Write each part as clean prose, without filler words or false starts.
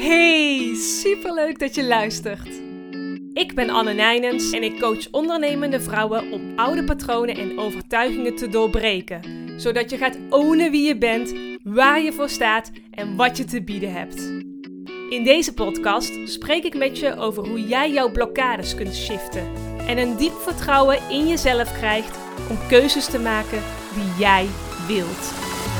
Hey, superleuk dat je luistert. Ik ben Anne Nijnens en ik coach ondernemende vrouwen om oude patronen en overtuigingen te doorbreken. Zodat je gaat ownen wie je bent, waar je voor staat en wat je te bieden hebt. In deze podcast spreek ik met je over hoe jij jouw blokkades kunt shiften. En een diep vertrouwen in jezelf krijgt om keuzes te maken die jij wilt.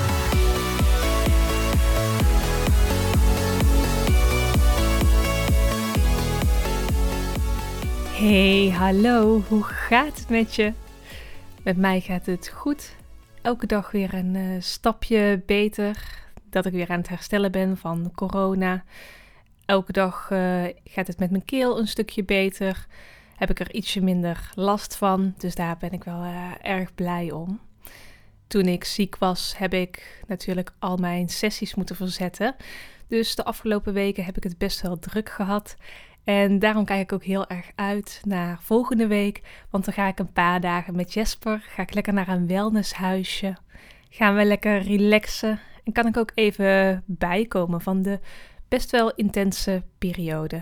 Hey, hallo, hoe gaat het met je? Met mij gaat het goed. Elke dag weer een stapje beter. Dat ik weer aan het herstellen ben van corona. Elke dag gaat het met mijn keel een stukje beter. Heb ik er ietsje minder last van. Dus daar ben ik wel erg blij om. Toen ik ziek was, heb ik natuurlijk al mijn sessies moeten verzetten. Dus de afgelopen weken heb ik het best wel druk gehad. En daarom kijk ik ook heel erg uit naar volgende week. Want dan ga ik een paar dagen met Jesper. Ga ik lekker naar een wellnesshuisje. Gaan we lekker relaxen. En kan ik ook even bijkomen van de best wel intense periode.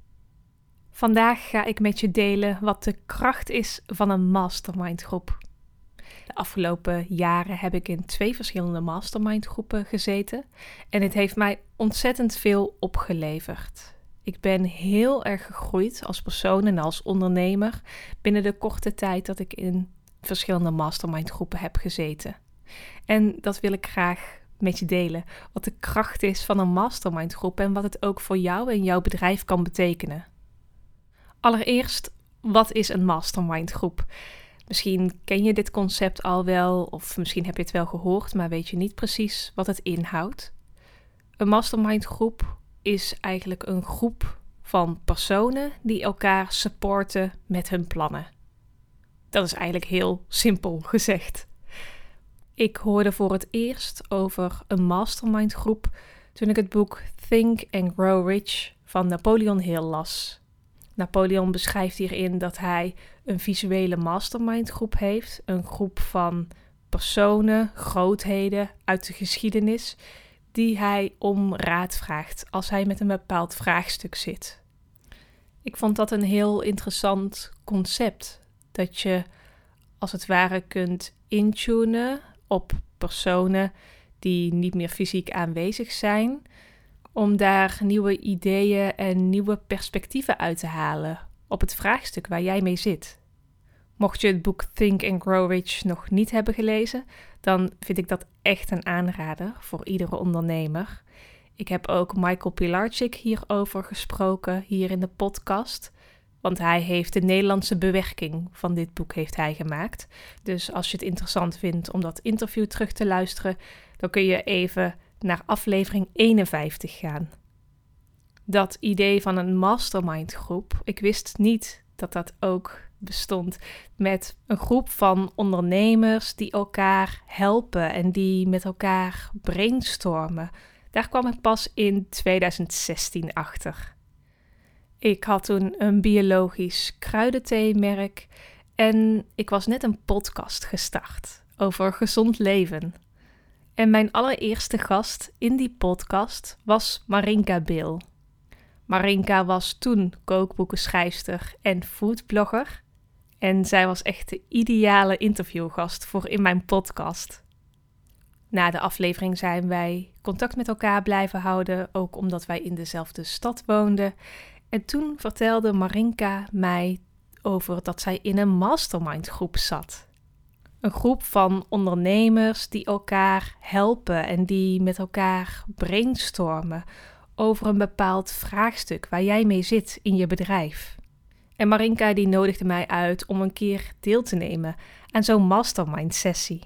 Vandaag ga ik met je delen wat de kracht is van een mastermind groep. De afgelopen jaren heb ik in 2 verschillende mastermind groepen gezeten. En het heeft mij ontzettend veel opgeleverd. Ik ben heel erg gegroeid als persoon en als ondernemer binnen de korte tijd dat ik in verschillende mastermind groepen heb gezeten. En dat wil ik graag met je delen. Wat de kracht is van een mastermind groep en wat het ook voor jou en jouw bedrijf kan betekenen. Allereerst, wat is een mastermind groep? Misschien ken je dit concept al wel of misschien heb je het wel gehoord, maar weet je niet precies wat het inhoudt. Een mastermind groep is eigenlijk een groep van personen die elkaar supporten met hun plannen. Dat is eigenlijk heel simpel gezegd. Ik hoorde voor het eerst over een mastermind groep toen ik het boek Think and Grow Rich van Napoleon Hill las. Napoleon beschrijft hierin dat hij een visuele mastermind groep heeft, een groep van personen, grootheden uit de geschiedenis, die hij om raad vraagt als hij met een bepaald vraagstuk zit. Ik vond dat een heel interessant concept, dat je als het ware kunt intunen op personen die niet meer fysiek aanwezig zijn, om daar nieuwe ideeën en nieuwe perspectieven uit te halen op het vraagstuk waar jij mee zit. Mocht je het boek Think and Grow Rich nog niet hebben gelezen, dan vind ik dat echt een aanrader voor iedere ondernemer. Ik heb ook Michael Pilarczyk hierover gesproken, hier in de podcast. Want hij heeft de Nederlandse bewerking van dit boek heeft hij gemaakt. Dus als je het interessant vindt om dat interview terug te luisteren, dan kun je even naar aflevering 51 gaan. Dat idee van een mastermind groep, ik wist niet dat dat ook bestond met een groep van ondernemers die elkaar helpen en die met elkaar brainstormen. Daar kwam ik pas in 2016 achter. Ik had toen een biologisch kruidentheemerk en ik was net een podcast gestart over gezond leven. En mijn allereerste gast in die podcast was Marinka Bil. Marinka was toen kookboekenschrijfster en foodblogger. En zij was echt de ideale interviewgast voor in mijn podcast. Na de aflevering zijn wij contact met elkaar blijven houden, ook omdat wij in dezelfde stad woonden. En toen vertelde Marinka mij over dat zij in een mastermind groep zat. Een groep van ondernemers die elkaar helpen en die met elkaar brainstormen over een bepaald vraagstuk waar jij mee zit in je bedrijf. En Marinka die nodigde mij uit om een keer deel te nemen aan zo'n mastermind sessie.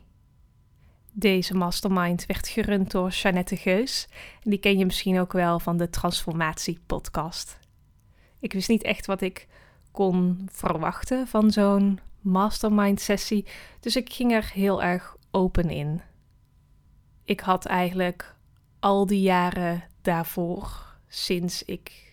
Deze mastermind werd gerund door Jeannette Geus. En die ken je misschien ook wel van de Transformatie podcast. Ik wist niet echt wat ik kon verwachten van zo'n mastermind sessie, dus ik ging er heel erg open in. Ik had eigenlijk al die jaren daarvoor, sinds ik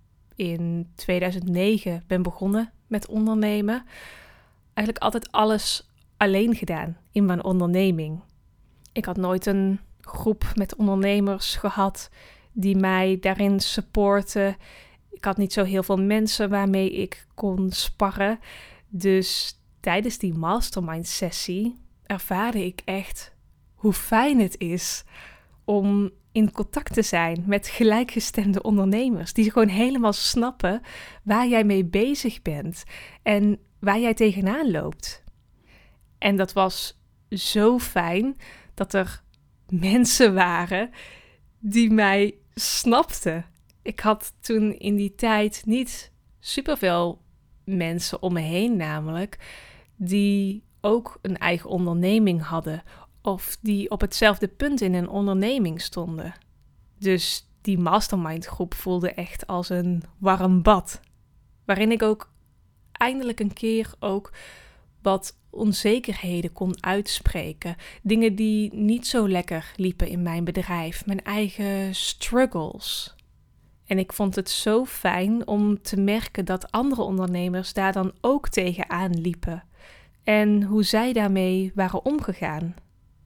in 2009 ben begonnen met ondernemen, eigenlijk altijd alles alleen gedaan in mijn onderneming. Ik had nooit een groep met ondernemers gehad die mij daarin supporten. Ik had niet zo heel veel mensen waarmee ik kon sparren. Dus tijdens die mastermind sessie ervaarde ik echt hoe fijn het is om in contact te zijn met gelijkgestemde ondernemers. Die gewoon helemaal snappen waar jij mee bezig bent en waar jij tegenaan loopt. En dat was zo fijn dat er mensen waren die mij snapten. Ik had toen in die tijd niet superveel mensen om me heen namelijk, die ook een eigen onderneming hadden of die op hetzelfde punt in een onderneming stonden. Dus die mastermind groep voelde echt als een warm bad, waarin ik ook eindelijk een keer ook wat onzekerheden kon uitspreken. Dingen die niet zo lekker liepen in mijn bedrijf, mijn eigen struggles. En ik vond het zo fijn om te merken dat andere ondernemers daar dan ook tegenaan liepen. En hoe zij daarmee waren omgegaan.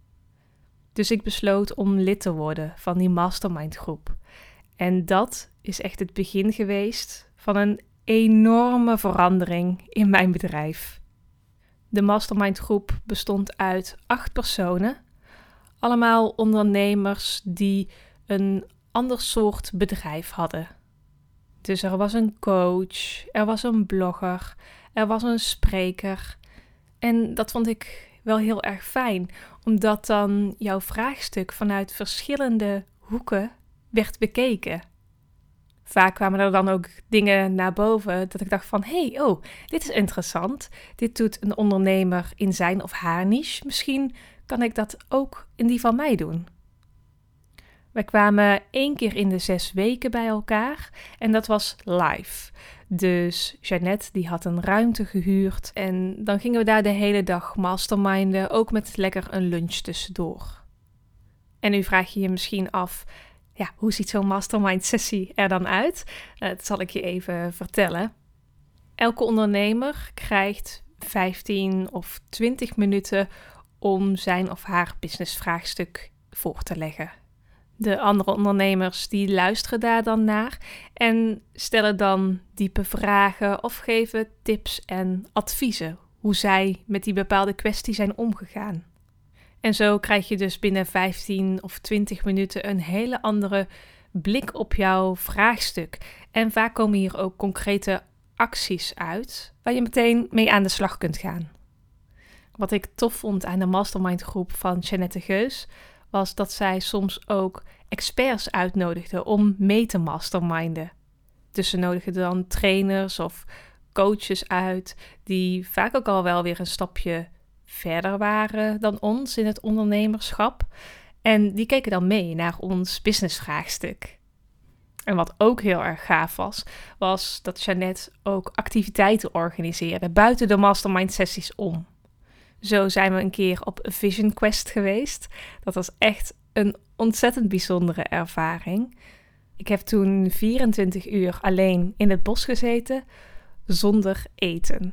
Dus ik besloot om lid te worden van die mastermind groep. En dat is echt het begin geweest van een enorme verandering in mijn bedrijf. De mastermind groep bestond uit 8 personen. Allemaal ondernemers die een ander soort bedrijf hadden. Dus er was een coach, er was een blogger, er was een spreker. En dat vond ik wel heel erg fijn, omdat dan jouw vraagstuk vanuit verschillende hoeken werd bekeken. Vaak kwamen er dan ook dingen naar boven dat ik dacht van, dit is interessant. Dit doet een ondernemer in zijn of haar niche. Misschien kan ik dat ook in die van mij doen. We kwamen 1 keer in de 6 weken bij elkaar en dat was live. Dus Jeannette die had een ruimte gehuurd en dan gingen we daar de hele dag masterminden, ook met lekker een lunch tussendoor. En nu vraag je je misschien af, hoe ziet zo'n mastermind sessie er dan uit? Dat zal ik je even vertellen. Elke ondernemer krijgt 15 of 20 minuten om zijn of haar businessvraagstuk voor te leggen. De andere ondernemers die luisteren daar dan naar en stellen dan diepe vragen of geven tips en adviezen hoe zij met die bepaalde kwestie zijn omgegaan. En zo krijg je dus binnen 15 of 20 minuten een hele andere blik op jouw vraagstuk. En vaak komen hier ook concrete acties uit waar je meteen mee aan de slag kunt gaan. Wat ik tof vond aan de mastermind groep van Jeannette Geus was dat zij soms ook experts uitnodigde om mee te masterminden. Dus ze nodigden dan trainers of coaches uit die vaak ook al wel weer een stapje verder waren dan ons in het ondernemerschap. En die keken dan mee naar ons businessvraagstuk. En wat ook heel erg gaaf was dat Jeannette ook activiteiten organiseerde buiten de mastermind sessies om. Zo zijn we een keer op een Vision Quest geweest. Dat was echt een ontzettend bijzondere ervaring. Ik heb toen 24 uur alleen in het bos gezeten, zonder eten.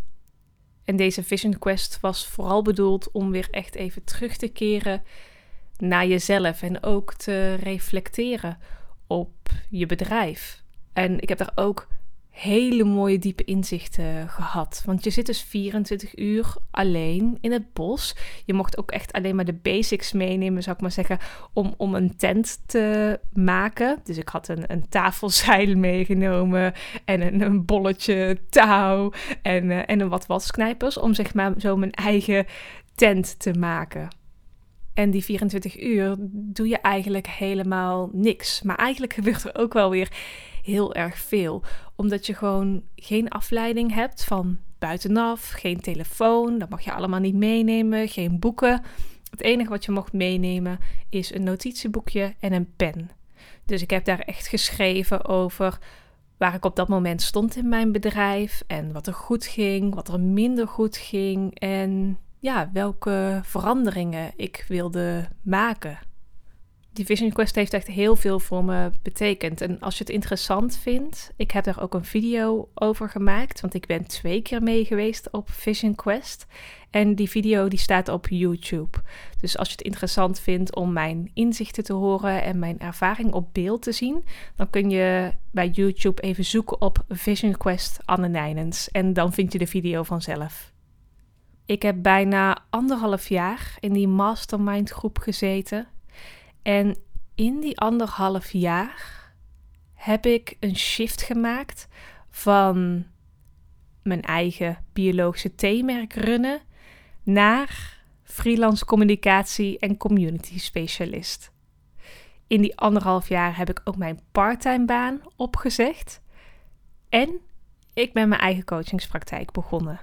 En deze Vision Quest was vooral bedoeld om weer echt even terug te keren naar jezelf en ook te reflecteren op je bedrijf. En ik heb daar ook hele mooie diepe inzichten gehad. Want je zit dus 24 uur alleen in het bos. Je mocht ook echt alleen maar de basics meenemen, zou ik maar zeggen, om een tent te maken. Dus ik had een tafelzeil meegenomen en een bolletje touw en een wat wasknijpers om zeg maar zo mijn eigen tent te maken. En die 24 uur doe je eigenlijk helemaal niks. Maar eigenlijk gebeurt er ook wel weer heel erg veel. Omdat je gewoon geen afleiding hebt van buitenaf, geen telefoon, dat mag je allemaal niet meenemen, geen boeken. Het enige wat je mocht meenemen is een notitieboekje en een pen. Dus ik heb daar echt geschreven over waar ik op dat moment stond in mijn bedrijf en wat er goed ging, wat er minder goed ging en welke veranderingen ik wilde maken. Die Vision Quest heeft echt heel veel voor me betekend. En als je het interessant vindt, ik heb daar ook een video over gemaakt. Want ik ben 2 keer mee geweest op Vision Quest. En die video die staat op YouTube. Dus als je het interessant vindt om mijn inzichten te horen en mijn ervaring op beeld te zien, dan kun je bij YouTube even zoeken op Vision Quest Anne Nijnens. En dan vind je de video vanzelf. Ik heb bijna 1,5 jaar in die mastermind groep gezeten. En in die 1,5 jaar heb ik een shift gemaakt van mijn eigen biologische theemerk runnen naar freelance communicatie en community specialist. In die 1,5 jaar heb ik ook mijn parttime baan opgezegd en ik ben mijn eigen coachingspraktijk begonnen.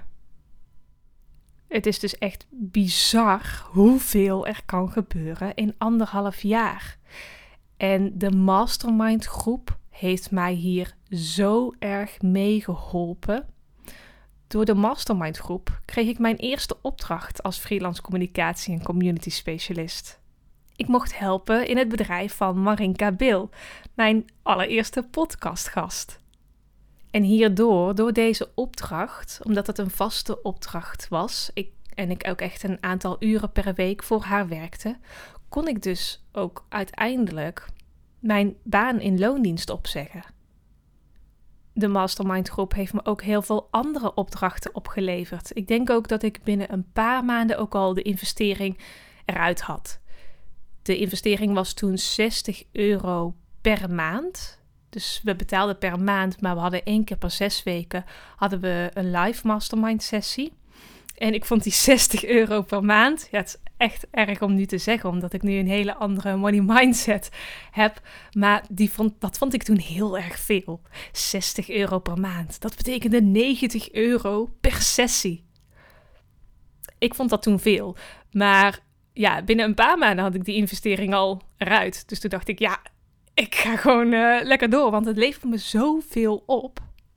Het is dus echt bizar hoeveel er kan gebeuren in 1,5 jaar. En de mastermind groep heeft mij hier zo erg mee geholpen. Door de mastermind groep kreeg ik mijn eerste opdracht als freelance communicatie en community specialist. Ik mocht helpen in het bedrijf van Marinka Bil, mijn allereerste podcastgast. En hierdoor, door deze opdracht, omdat het een vaste opdracht was, ik ook echt een aantal uren per week voor haar werkte, kon ik dus ook uiteindelijk mijn baan in loondienst opzeggen. De mastermind groep heeft me ook heel veel andere opdrachten opgeleverd. Ik denk ook dat ik binnen een paar maanden ook al de investering eruit had. De investering was toen €60 per maand. Dus we betaalden per maand, maar we hadden 1 keer per 6 weken hadden we een live mastermind sessie. En ik vond die €60 per maand, ja, het is echt erg om nu te zeggen, omdat ik nu een hele andere money mindset heb. Maar dat vond ik toen heel erg veel. €60 per maand, dat betekende €90 per sessie. Ik vond dat toen veel, maar ja, binnen een paar maanden had ik die investering al eruit. Dus toen dacht ik, ja, ik ga gewoon lekker door, want het levert me zoveel op.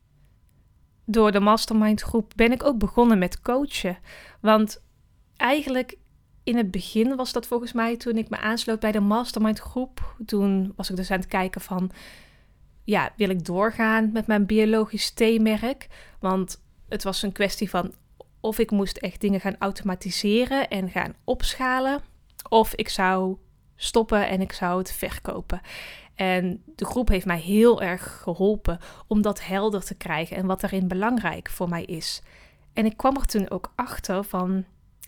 Door de mastermind groep ben ik ook begonnen met coachen. Want eigenlijk in het begin was dat volgens mij toen ik me aansloot bij de mastermind groep. Toen was ik dus aan het kijken van, ja, wil ik doorgaan met mijn biologisch theemerk? Want het was een kwestie van of ik moest echt dingen gaan automatiseren en gaan opschalen. Of ik zou stoppen en ik zou het verkopen. En de groep heeft mij heel erg geholpen om dat helder te krijgen en wat daarin belangrijk voor mij is. En ik kwam er toen ook achter van,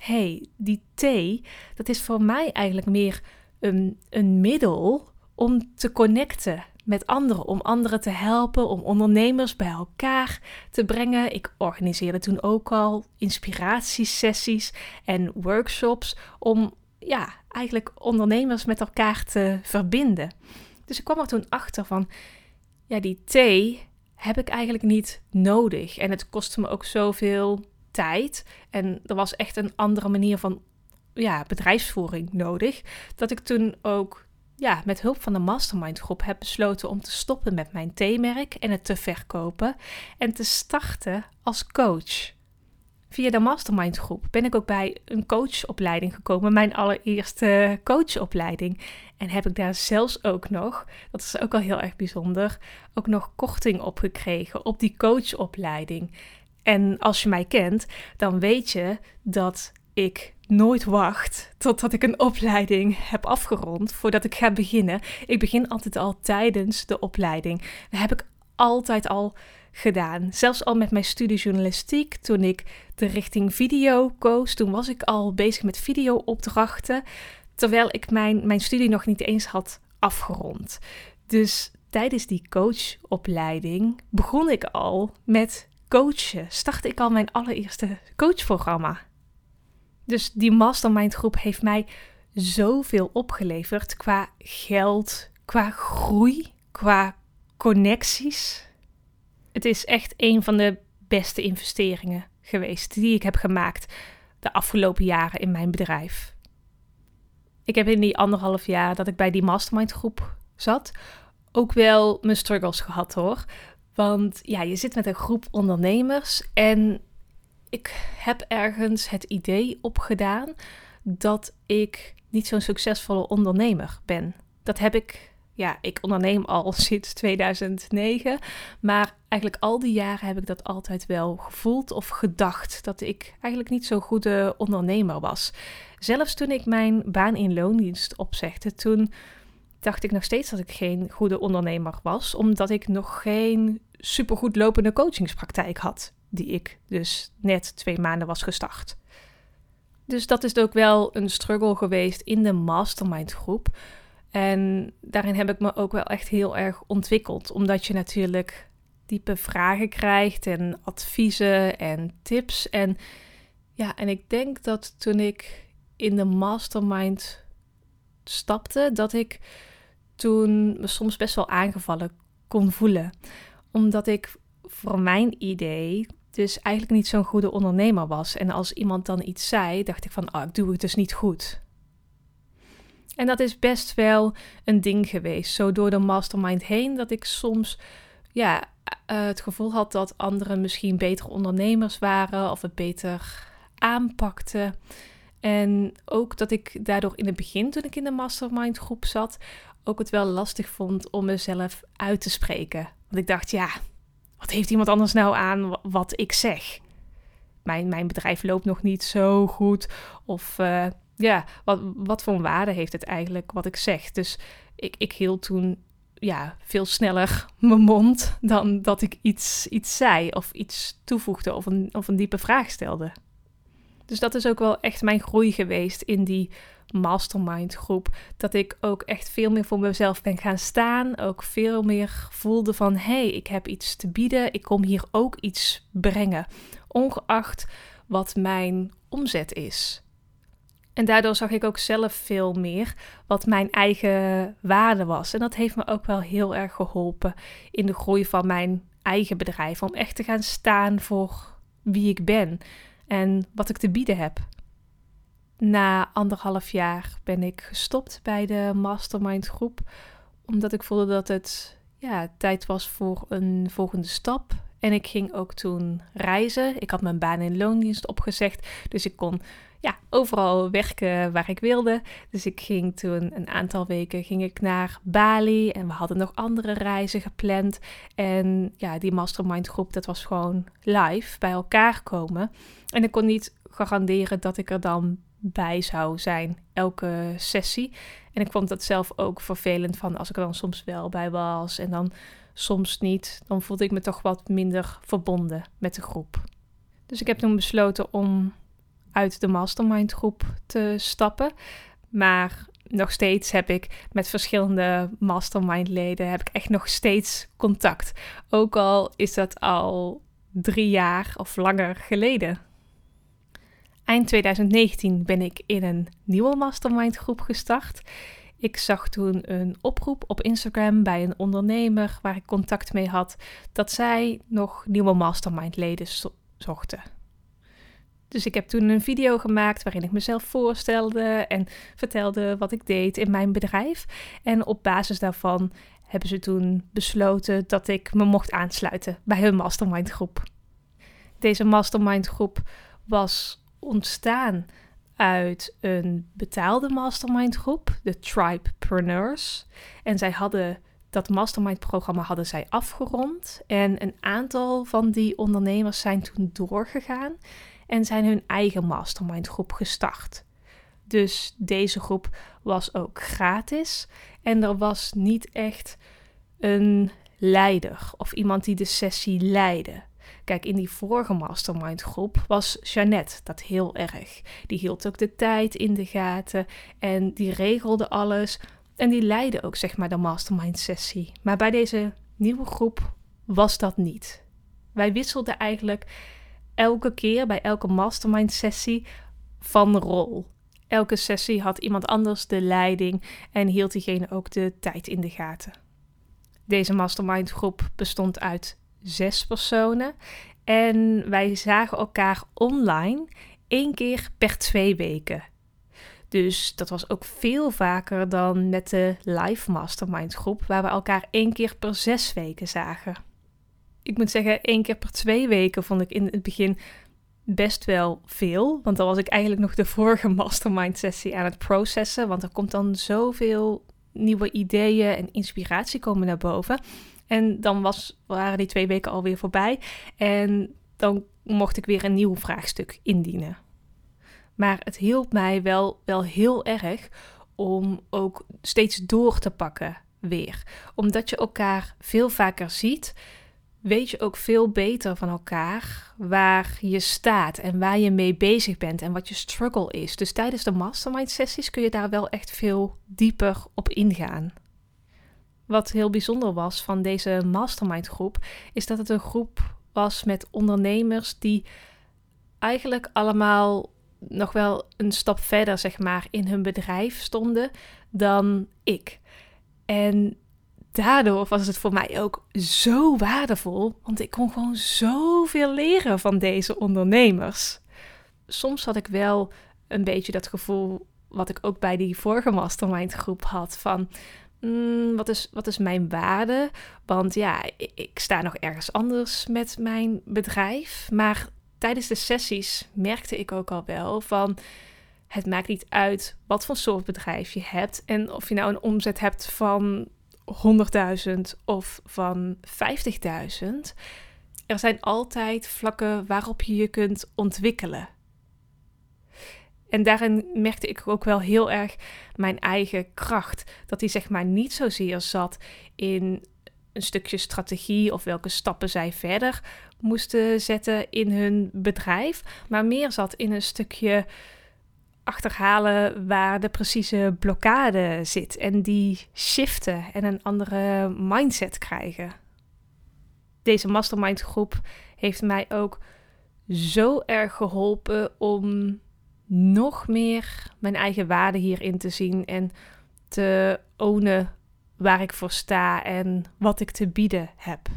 die thee, dat is voor mij eigenlijk meer een middel om te connecten met anderen, om anderen te helpen, om ondernemers bij elkaar te brengen. Ik organiseerde toen ook al inspiratiesessies en workshops om eigenlijk ondernemers met elkaar te verbinden. Dus ik kwam er toen achter van, die thee heb ik eigenlijk niet nodig. En het kostte me ook zoveel tijd. En er was echt een andere manier van bedrijfsvoering nodig. Dat ik toen ook met hulp van de mastermind groep heb besloten om te stoppen met mijn theemerk en het te verkopen. En te starten als coach. Via de mastermind groep ben ik ook bij een coachopleiding gekomen. Mijn allereerste coachopleiding. En heb ik daar zelfs ook nog, dat is ook al heel erg bijzonder, ook nog korting op gekregen op die coachopleiding. En als je mij kent, dan weet je dat ik nooit wacht totdat ik een opleiding heb afgerond voordat ik ga beginnen. Ik begin altijd al tijdens de opleiding. Dat heb ik altijd al gedaan. Zelfs al met mijn studie journalistiek, toen ik de richting video koos, toen was ik al bezig met videoopdrachten, terwijl ik mijn studie nog niet eens had afgerond. Dus tijdens die coachopleiding begon ik al met coachen. Startte ik al mijn allereerste coachprogramma. Dus die mastermind groep heeft mij zoveel opgeleverd qua geld, qua groei, qua connecties. Het is echt een van de beste investeringen geweest die ik heb gemaakt de afgelopen jaren in mijn bedrijf. Ik heb in die 1,5 jaar dat ik bij die mastermind groep zat ook wel mijn struggles gehad hoor. Want je zit met een groep ondernemers en ik heb ergens het idee opgedaan dat ik niet zo'n succesvolle ondernemer ben. Dat heb ik onderneem al sinds 2009, maar eigenlijk al die jaren heb ik dat altijd wel gevoeld of gedacht, dat ik eigenlijk niet zo'n goede ondernemer was. Zelfs toen ik mijn baan in loondienst opzegde, toen dacht ik nog steeds dat ik geen goede ondernemer was, omdat ik nog geen supergoed lopende coachingspraktijk had, die ik dus net 2 maanden was gestart. Dus dat is ook wel een struggle geweest in de mastermind groep. En daarin heb ik me ook wel echt heel erg ontwikkeld, omdat je natuurlijk diepe vragen krijgt en adviezen en tips. En ik denk dat toen ik in de mastermind stapte, dat ik toen me soms best wel aangevallen kon voelen. Omdat ik voor mijn idee dus eigenlijk niet zo'n goede ondernemer was. En als iemand dan iets zei, dacht ik van, ik doe het dus niet goed. En dat is best wel een ding geweest, zo door de mastermind heen, dat ik soms het gevoel had dat anderen misschien betere ondernemers waren of het beter aanpakten. En ook dat ik daardoor in het begin, toen ik in de mastermind groep zat, ook het wel lastig vond om mezelf uit te spreken. Want ik dacht, wat heeft iemand anders nou aan wat ik zeg? Mijn bedrijf loopt nog niet zo goed. Of wat voor waarde heeft het eigenlijk wat ik zeg? Dus ik hield toen veel sneller mijn mond dan dat ik iets zei of iets toevoegde of een diepe vraag stelde. Dus dat is ook wel echt mijn groei geweest in die mastermind groep. Dat ik ook echt veel meer voor mezelf ben gaan staan. Ook veel meer voelde van, ik heb iets te bieden. Ik kom hier ook iets brengen. Ongeacht wat mijn omzet is. En daardoor zag ik ook zelf veel meer wat mijn eigen waarde was. En dat heeft me ook wel heel erg geholpen in de groei van mijn eigen bedrijf. Om echt te gaan staan voor wie ik ben en wat ik te bieden heb. Na 1,5 jaar ben ik gestopt bij de mastermind groep. Omdat ik voelde dat het tijd was voor een volgende stap. En ik ging ook toen reizen. Ik had mijn baan in loondienst opgezegd. Dus ik kon overal werken waar ik wilde. Dus ik ging toen een aantal weken naar Bali. En we hadden nog andere reizen gepland. En die mastermind groep, dat was gewoon live bij elkaar komen. En ik kon niet garanderen dat ik er dan bij zou zijn elke sessie. En ik vond dat zelf ook vervelend van als ik er dan soms wel bij was en dan soms niet. Dan voelde ik me toch wat minder verbonden met de groep. Dus ik heb toen besloten om uit de mastermind groep te stappen. Maar nog steeds heb ik met verschillende mastermind leden heb ik echt nog steeds contact. Ook al is dat al 3 jaar of langer geleden. Eind 2019 ben ik in een nieuwe mastermind groep gestart. Ik zag toen een oproep op Instagram bij een ondernemer waar ik contact mee had, dat zij nog nieuwe mastermind leden zochten. Dus ik heb toen een video gemaakt waarin ik mezelf voorstelde en vertelde wat ik deed in mijn bedrijf. En op basis daarvan hebben ze toen besloten dat ik me mocht aansluiten bij hun mastermind groep. Deze mastermind groep was ontstaan uit een betaalde mastermind groep, de Tribepreneurs. En zij hadden dat mastermind programma afgerond. En een aantal van die ondernemers zijn toen doorgegaan en zijn hun eigen mastermind groep gestart. Dus deze groep was ook gratis en er was niet echt een leider of iemand die de sessie leidde. Kijk, in die vorige mastermind groep was Jeannette dat heel erg. Die hield ook de tijd in de gaten en die regelde alles. En die leidde ook de mastermind sessie. Maar bij deze nieuwe groep was dat niet. Wij wisselden eigenlijk elke keer bij elke mastermind sessie van rol. Elke sessie had iemand anders de leiding en hield diegene ook de tijd in de gaten. Deze mastermind groep bestond uit 6 personen en wij zagen elkaar online 1 keer per 2 weken. Dus dat was ook veel vaker dan met de live mastermind groep, waar we elkaar 1 keer per 6 weken zagen. Ik moet zeggen, 1 keer per 2 weken vond ik in het begin best wel veel, want dan was ik eigenlijk nog de vorige mastermind sessie aan het processen, want er komt dan zoveel nieuwe ideeën en inspiratie komen naar boven. En dan waren die 2 weken alweer voorbij. En dan mocht ik weer een nieuw vraagstuk indienen. Maar het hielp mij wel heel erg om ook steeds door te pakken weer. Omdat je elkaar veel vaker ziet, weet je ook veel beter van elkaar waar je staat en waar je mee bezig bent en wat je struggle is. Dus tijdens de mastermind sessies kun je daar wel echt veel dieper op ingaan. Wat heel bijzonder was van deze mastermind groep, is dat het een groep was met ondernemers die eigenlijk allemaal nog wel een stap verder, zeg maar, in hun bedrijf stonden dan ik. En daardoor was het voor mij ook zo waardevol, want ik kon gewoon zoveel leren van deze ondernemers. Soms had ik wel een beetje dat gevoel, wat ik ook bij die vorige mastermind groep had, van wat is mijn waarde? Want ja, ik sta nog ergens anders met mijn bedrijf. Maar tijdens de sessies merkte ik ook al wel van, het maakt niet uit wat voor soort bedrijf je hebt en of je nou een omzet hebt van 100.000 of van 50.000. Er zijn altijd vlakken waarop je je kunt ontwikkelen. En daarin merkte ik ook wel heel erg mijn eigen kracht. Dat die zeg maar niet zozeer zat in een stukje strategie of welke stappen zij verder moesten zetten in hun bedrijf. Maar meer zat in een stukje achterhalen waar de precieze blokkade zit. En die shiften en een andere mindset krijgen. Deze mastermind groep heeft mij ook zo erg geholpen om nog meer mijn eigen waarde hierin te zien en te ownen waar ik voor sta en wat ik te bieden heb.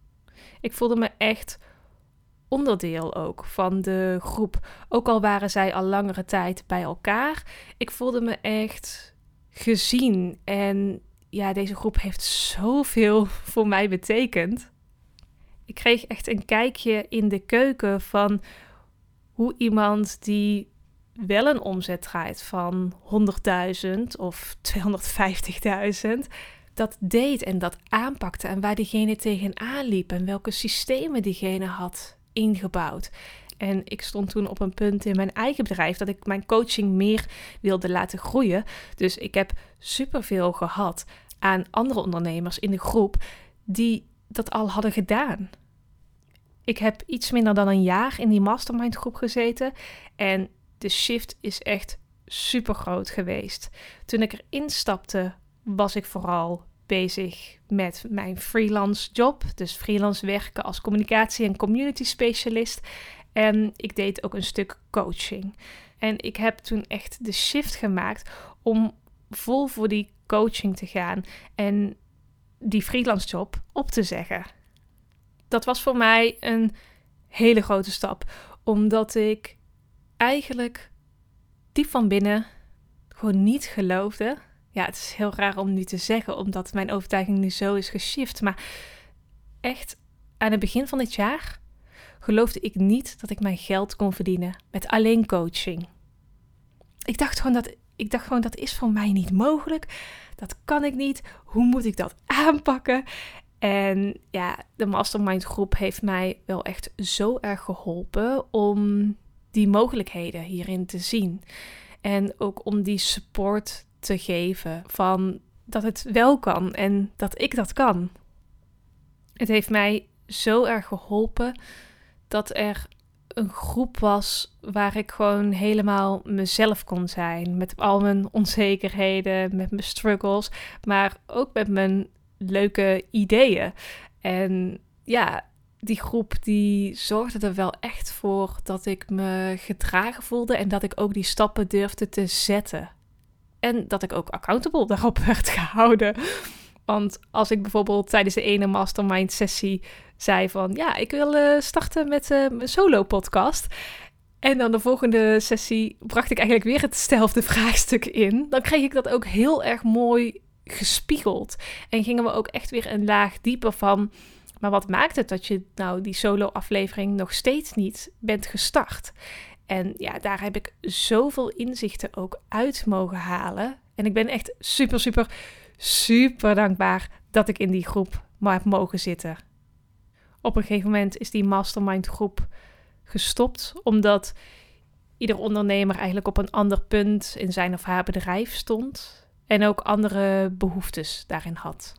Ik voelde me echt onderdeel ook van de groep. Ook al waren zij al langere tijd bij elkaar. Ik voelde me echt gezien. En ja, deze groep heeft zoveel voor mij betekend. Ik kreeg echt een kijkje in de keuken van hoe iemand die wel een omzet draait van 100.000 of 250.000... dat deed en dat aanpakte en waar diegene tegenaan liep en welke systemen diegene had ingebouwd. En ik stond toen op een punt in mijn eigen bedrijf dat ik mijn coaching meer wilde laten groeien. Dus ik heb superveel gehad aan andere ondernemers in de groep die dat al hadden gedaan. Ik heb iets minder dan een jaar in die mastermind groep gezeten en de shift is echt super groot geweest. Toen ik erin stapte, was ik vooral bezig met mijn freelance job. Dus freelance werken als communicatie- en community specialist. En ik deed ook een stuk coaching. En ik heb toen echt de shift gemaakt om vol voor die coaching te gaan en die freelance job op te zeggen. Dat was voor mij een hele grote stap, omdat ik eigenlijk diep van binnen gewoon niet geloofde. Ja, het is heel raar om nu te zeggen, omdat mijn overtuiging nu zo is geshift. Maar echt, aan het begin van dit jaar geloofde ik niet dat ik mijn geld kon verdienen met alleen coaching. Ik dacht gewoon, dat is voor mij niet mogelijk. Dat kan ik niet. Hoe moet ik dat aanpakken? En ja, de mastermind groep heeft mij wel echt zo erg geholpen om die mogelijkheden hierin te zien. En ook om die support te geven van dat het wel kan en dat ik dat kan. Het heeft mij zo erg geholpen dat er een groep was waar ik gewoon helemaal mezelf kon zijn. Met al mijn onzekerheden, met mijn struggles, maar ook met mijn leuke ideeën. En ja, die groep die zorgde er wel echt voor dat ik me gedragen voelde en dat ik ook die stappen durfde te zetten. En dat ik ook accountable daarop werd gehouden. Want als ik bijvoorbeeld tijdens de ene mastermind sessie zei van ja, ik wil starten met mijn solo podcast. En dan de volgende sessie bracht ik eigenlijk weer hetzelfde vraagstuk in. Dan kreeg ik dat ook heel erg mooi gespiegeld. En gingen we ook echt weer een laag dieper van, maar wat maakt het dat je nou die solo aflevering nog steeds niet bent gestart? En ja, daar heb ik zoveel inzichten ook uit mogen halen. En ik ben echt super super dankbaar dat ik in die groep maar heb mogen zitten. Op een gegeven moment is die mastermind groep gestopt, omdat ieder ondernemer eigenlijk op een ander punt in zijn of haar bedrijf stond en ook andere behoeftes daarin had.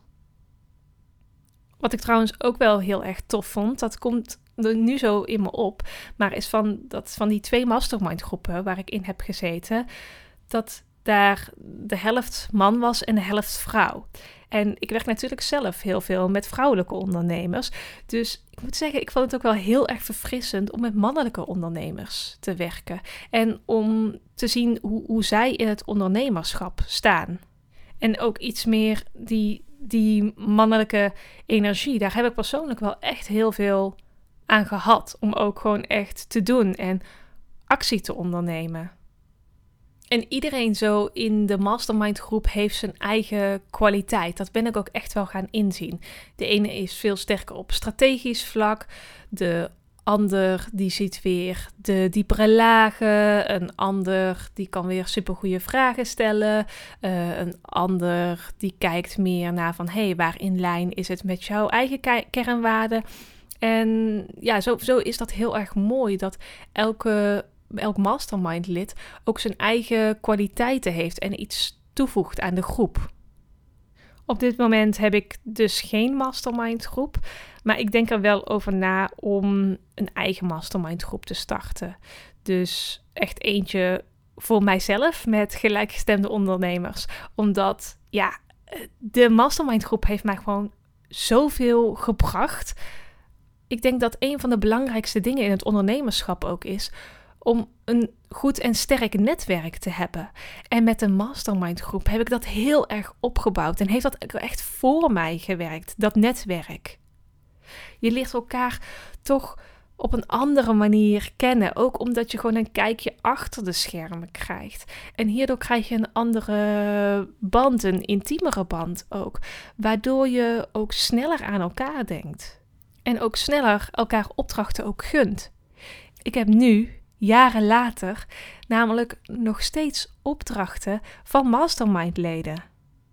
Wat ik trouwens ook wel heel erg tof vond, dat komt er nu zo in me op, maar is van die 2 mastermind groepen waar ik in heb gezeten, dat daar de helft man was en de helft vrouw. En ik werk natuurlijk zelf heel veel met vrouwelijke ondernemers. Dus ik moet zeggen, ik vond het ook wel heel erg verfrissend om met mannelijke ondernemers te werken. En om te zien hoe zij in het ondernemerschap staan. En ook iets meer die mannelijke energie. Daar heb ik persoonlijk wel echt heel veel aan gehad. Om ook gewoon echt te doen en actie te ondernemen. En iedereen zo in de mastermind groep heeft zijn eigen kwaliteit. Dat ben ik ook echt wel gaan inzien. De ene is veel sterker op strategisch vlak. De ander die ziet weer de diepere lagen. Een ander die kan weer supergoeie vragen stellen. Een ander die kijkt meer naar van waar in lijn is het met jouw eigen kernwaarden. En ja, zo is dat heel erg mooi dat elk mastermind lid ook zijn eigen kwaliteiten heeft en iets toevoegt aan de groep. Op dit moment heb ik dus geen mastermind groep, maar ik denk er wel over na om een eigen mastermind groep te starten. Dus echt eentje voor mijzelf met gelijkgestemde ondernemers. Omdat de mastermind groep heeft mij gewoon zoveel gebracht. Ik denk dat een van de belangrijkste dingen in het ondernemerschap ook is om een goed en sterk netwerk te hebben. En met de mastermind groep heb ik dat heel erg opgebouwd en heeft dat echt voor mij gewerkt, dat netwerk. Je leert elkaar toch op een andere manier kennen, ook omdat je gewoon een kijkje achter de schermen krijgt. En hierdoor krijg je een andere band, een intiemere band ook, waardoor je ook sneller aan elkaar denkt. En ook sneller elkaar opdrachten ook gunt. Ik heb nu, jaren later, namelijk nog steeds opdrachten van mastermind-leden.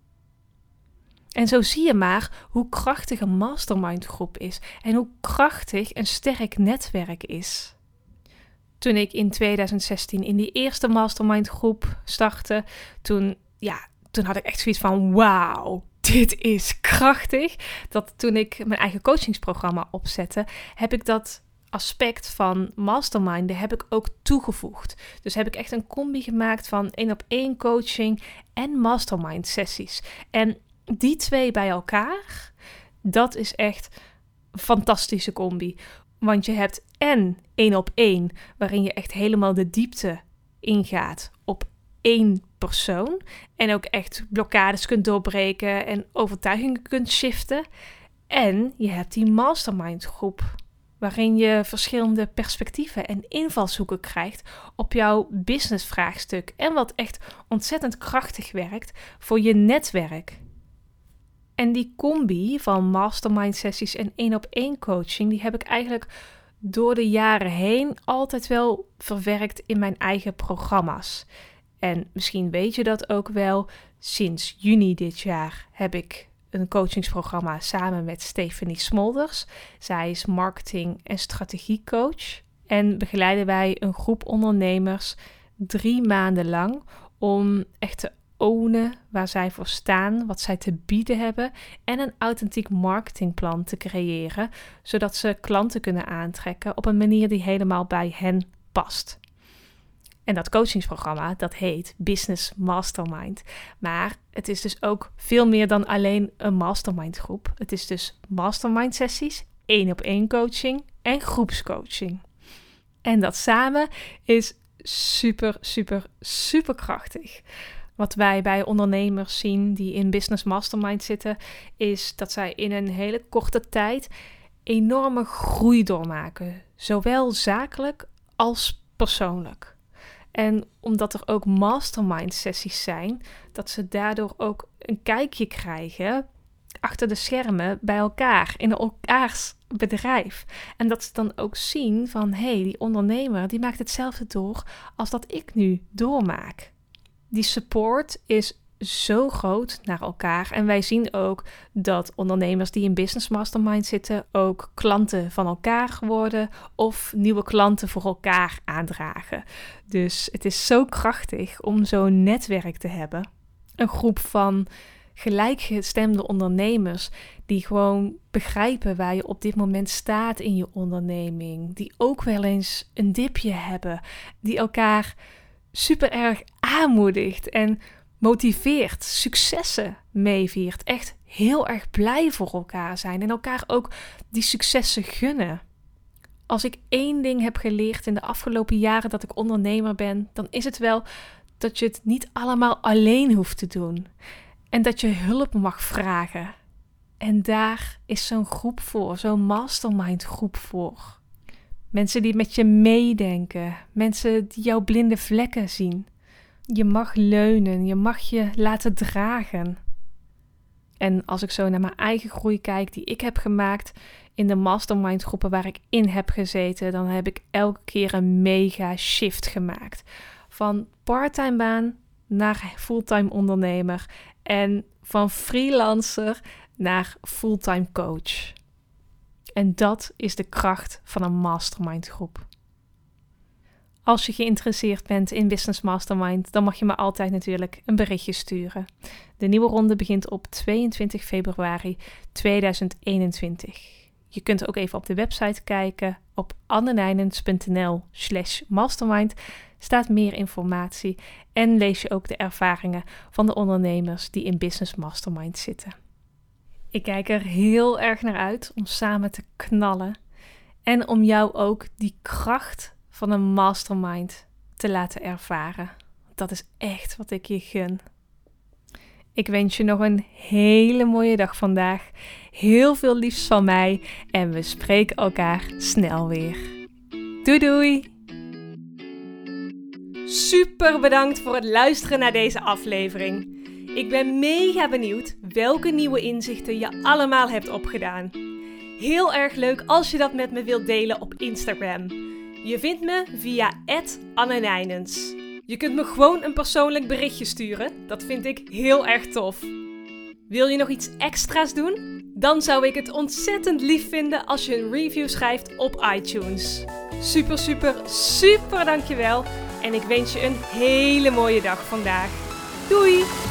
En zo zie je maar hoe krachtig een mastermind groep is en hoe krachtig een sterk netwerk is. Toen ik in 2016 in die eerste mastermind groep startte, toen had ik echt zoiets van wauw, dit is krachtig. Dat toen ik mijn eigen coachingsprogramma opzette, heb ik dat aspect van masterminden heb ik ook toegevoegd. Dus heb ik echt een combi gemaakt van 1-op-1 coaching en mastermind sessies. En die 2 bij elkaar, dat is echt een fantastische combi. Want je hebt en 1-op-1, waarin je echt helemaal de diepte ingaat op 1 persoon. En ook echt blokkades kunt doorbreken en overtuigingen kunt shiften. En je hebt die mastermind groep, waarin je verschillende perspectieven en invalshoeken krijgt op jouw businessvraagstuk. En wat echt ontzettend krachtig werkt voor je netwerk. En die combi van mastermind sessies en 1-op-1 coaching, die heb ik eigenlijk door de jaren heen altijd wel verwerkt in mijn eigen programma's. En misschien weet je dat ook wel, sinds juni dit jaar heb ik een coachingsprogramma samen met Stephanie Smolders. Zij is marketing- en strategiecoach. En begeleiden wij een groep ondernemers 3 maanden lang om echt te ownen waar zij voor staan, wat zij te bieden hebben en een authentiek marketingplan te creëren, zodat ze klanten kunnen aantrekken op een manier die helemaal bij hen past. En dat coachingsprogramma, dat heet Business Mastermind. Maar het is dus ook veel meer dan alleen een mastermind groep. Het is dus mastermind sessies, 1-op-1 coaching en groepscoaching. En dat samen is super, super, super krachtig. Wat wij bij ondernemers zien die in Business Mastermind zitten, is dat zij in een hele korte tijd enorme groei doormaken. Zowel zakelijk als persoonlijk. En omdat er ook mastermind sessies zijn, dat ze daardoor ook een kijkje krijgen achter de schermen bij elkaar, in elkaars bedrijf. En dat ze dan ook zien van, die ondernemer die maakt hetzelfde door als dat ik nu doormaak. Die support is zo groot naar elkaar. En wij zien ook dat ondernemers die in Business Mastermind zitten ook klanten van elkaar worden of nieuwe klanten voor elkaar aandragen. Dus het is zo krachtig om zo'n netwerk te hebben. Een groep van gelijkgestemde ondernemers die gewoon begrijpen waar je op dit moment staat in je onderneming. Die ook wel eens een dipje hebben. Die elkaar super erg aanmoedigt en motiveert, successen meeviert. Echt heel erg blij voor elkaar zijn en elkaar ook die successen gunnen. Als ik één ding heb geleerd in de afgelopen jaren dat ik ondernemer ben, dan is het wel dat je het niet allemaal alleen hoeft te doen. En dat je hulp mag vragen. En daar is zo'n groep voor, zo'n mastermind groep voor. Mensen die met je meedenken, mensen die jouw blinde vlekken zien. Je mag leunen, je mag je laten dragen. En als ik zo naar mijn eigen groei kijk die ik heb gemaakt in de mastermind groepen waar ik in heb gezeten, dan heb ik elke keer een mega shift gemaakt. Van parttime baan naar fulltime ondernemer en van freelancer naar fulltime coach. En dat is de kracht van een mastermind groep. Als je geïnteresseerd bent in Business Mastermind, dan mag je me altijd natuurlijk een berichtje sturen. De nieuwe ronde begint op 22 februari 2021. Je kunt ook even op de website kijken. Op annenijnens.nl/mastermind staat meer informatie en lees je ook de ervaringen van de ondernemers die in Business Mastermind zitten. Ik kijk er heel erg naar uit om samen te knallen en om jou ook die kracht van een mastermind te laten ervaren. Dat is echt wat ik je gun. Ik wens je nog een hele mooie dag vandaag. Heel veel liefs van mij en we spreken elkaar snel weer. Doei doei! Super bedankt voor het luisteren naar deze aflevering. Ik ben mega benieuwd welke nieuwe inzichten je allemaal hebt opgedaan. Heel erg leuk als je dat met me wilt delen op Instagram. Je vindt me via @annenijnens. Je kunt me gewoon een persoonlijk berichtje sturen. Dat vind ik heel erg tof. Wil je nog iets extra's doen? Dan zou ik het ontzettend lief vinden als je een review schrijft op iTunes. Super, super, super dankjewel. En ik wens je een hele mooie dag vandaag. Doei!